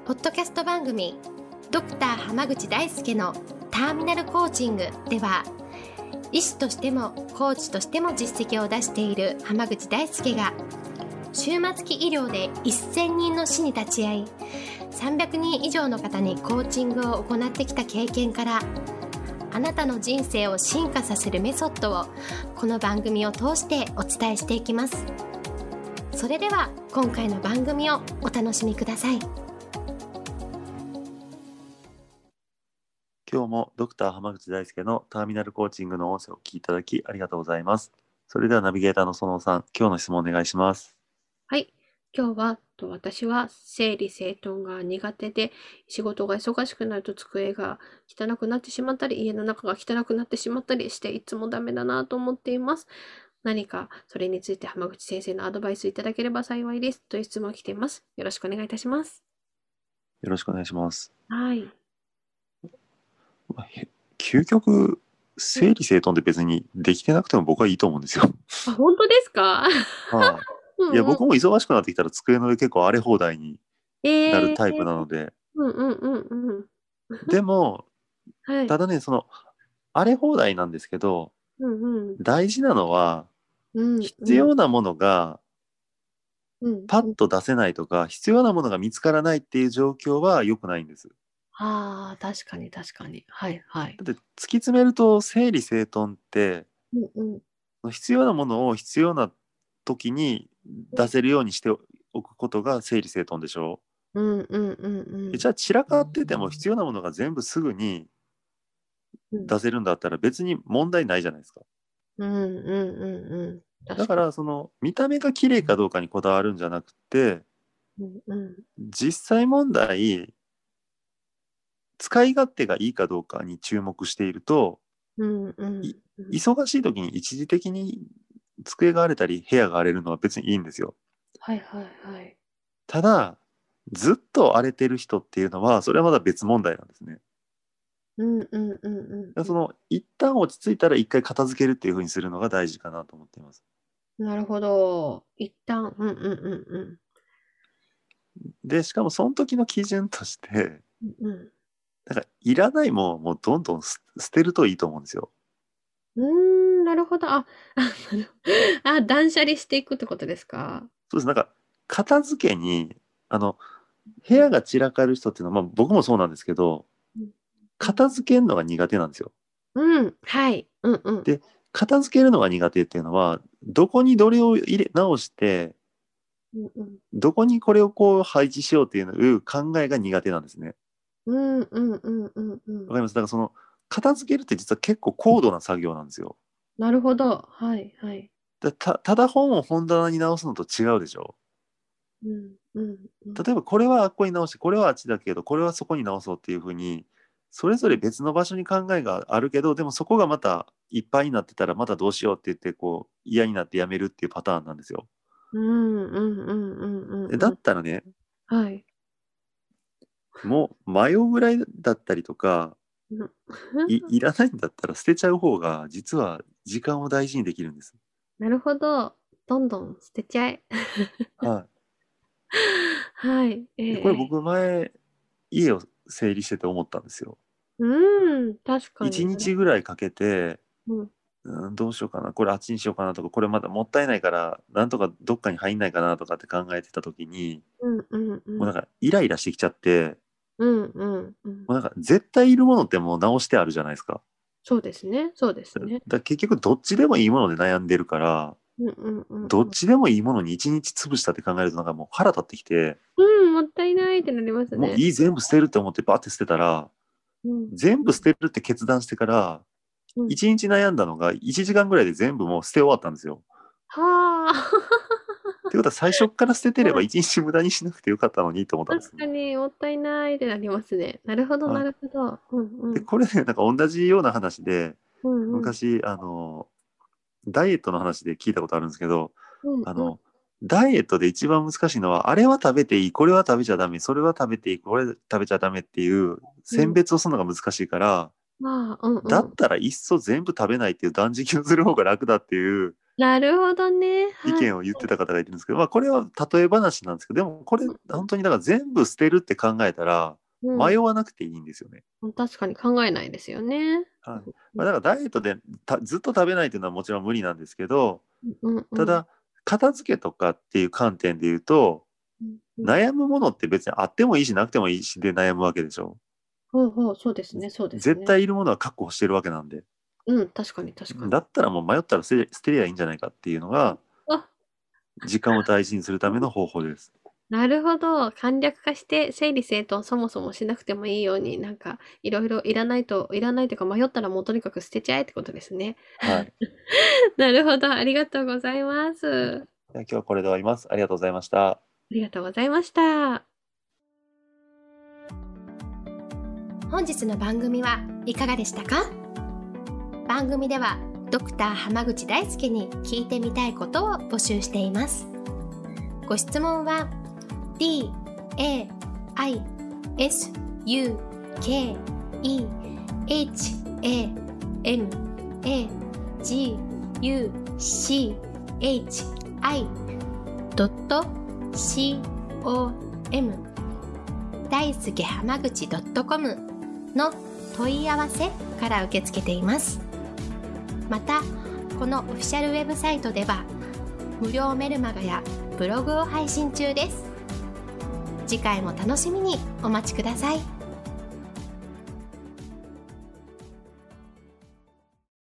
ポッドキャスト番組ドクター濱口大輔のターミナルコーチングでは、医師としてもコーチとしても実績を出している濱口大輔が終末期医療で1000人の死に立ち会い、300人以上の方にコーチングを行ってきた経験から、あなたの人生を進化させるメソッドをこの番組を通してお伝えしていきます。それでは今回の番組をお楽しみください。 今日もドクター濱口大輔のターミナルコーチングの音声をお聞きいただきありがとうございます。それではナビゲーターの園さん、今日の質問お願いします。 はい。今日は私は整理整頓が苦手で、仕事が忙しくなると机が汚くなってしまったり、家の中が汚くなってしまったりして、いつもダメだなと思っています。何かそれについて濱口先生のアドバイスいただければ幸いですという質問が来ています。よろしくお願いいたします。 よろしくお願いします。 はい。 究極、整理整頓って別にできてなくても僕はいいと思うんですよ。 あ、本当ですか？ いや、僕も忙しくなってきたら机の上結構荒れ放題になるタイプなので。でも、 はい、 ただね、その荒れ放題なんですけど、大事なのは、必要なものがパッと出せないとか、必要なものが見つからないっていう状況は良くないんです。 ああ、確かに確かに。はいはい。 だって突き詰めると整理整頓って、必要なものを必要な時に出せるようにしておくことが整理整頓でしょ。じゃあ散らかってても必要なものが全部すぐに出せるんだったら別に問題ないじゃないですか。だからその見た目が綺麗かどうかにこだわるんじゃなくて、実際問題使い勝手がいいかどうかに注目していると、忙しい時に一時的に机が荒れたり部屋が荒れるのは別にいいんですよ。 はいはいはい。 ただずっと荒れてる人っていうのはそれはまだ別問題なんですね。その一旦落ち着いたら一回片付けるっていう風にするのが大事かなと思っています。 なるほど。一旦、 でしかもその時の基準として、なんかいらないもんもうどんどん捨てるといいと思うんですよ。 なるほど。断捨離していくってことですか？ そうです。なんか片付けに部屋が散らかる人っていうのは、僕もそうなんですけど、片付けるのが苦手なんですよ。 はい。 で、片付けるのが苦手っていうのは、どこにどれを入れ直して、どこにこれをこう配置しようっていう考えが苦手なんですね。わかります。だからその片付けるって実は結構高度な作業なんですよ。 なるほど。はいはい。 ただ本を本棚に直すのと違うでしょ。例えばこれはあっこに直して、これはあっちだけど、これはそこに直そうっていうふうに、それぞれ別の場所に考えがあるけど、でもそこがまたいっぱいになってたらまたどうしようって言ってこう嫌になってやめるっていうパターンなんですよ。だったらね、 はい。 もう迷うぐらいだったりとか、いらないんだったら捨てちゃう方が実は時間を大事にできるんです。 なるほど。どんどん捨てちゃえ。 はい。 はい。 これ僕前家を整理してて思ったんですよ。 確か 1 に。 日ぐらいかけて、 うんどうしようかな、これあっちにしようかなとか、これまだもったいないからなんとかどっかに入んないかなとかって考えてた時に、もうなんかイライラしてきちゃって、もうなんか絶対いるものってもう直してあるじゃないですか。 そうですね。そうですね。 だ結局どっちでもいいもので悩んでるから、どっちでもいいものに1日潰したって考えるとなんかもう腹立ってきて、 もったいないってなりますね。 もういい全部捨てるって思ってバーって捨てたら、全部捨てるって決断してから1日悩んだのが1時間ぐらいで全部もう捨て終わったんですよ。 はあ。 ってことは最初から捨ててれば1日無駄にしなくてよかったのにと思ったんですよ。 確かにもったいないってなりますね。なるほど、なるほど。 でこれね、なんか同じような話で、昔ダイエットの話で聞いたことあるんですけど、ダイエットで一番難しいのは、あれは食べていい、これは食べちゃダメ、それは食べていい、これ食べちゃダメっていう選別をするのが難しいから、 だったらいっそ全部食べないっていう断食をする方が楽だっていうなるほどね。 意見を言ってた方がいるんですけど、まあこれは例え話なんですけど、でもこれ本当にだから全部捨てるって考えたら迷わなくていいんですよね。 確かに考えないですよね。 はい。まあ、だからダイエットでずっと食べないっていうのはもちろん無理なんですけど、ただ片付けとかっていう観点で言うと、悩むものって別にあってもいいしなくてもいいしで悩むわけでしょ。 そうですね、そうですね。絶対いるものは確保してるわけなんで。 確かに確かに。 だったらもう迷ったら捨てりゃいいんじゃないかっていうのが、時間を大事にするための方法です。 なるほど。簡略化して整理整頓そもそもしなくてもいいように、なんかいろいろいらないというか迷ったらもうとにかく捨てちゃえってことですね。 はい。 なるほど。ありがとうございます。 今日はこれで終わります。ありがとうございました。 ありがとうございました。 本日の番組はいかがでしたか？番組ではドクター濱口大輔に聞いてみたいことを募集しています。ご質問は daisukeamaguchi.com 大輔濱口 .com の問い合わせから受け付けています。またこのオフィシャルウェブサイトでは無料メルマガやブログを配信中です。次回も楽しみにお待ちください。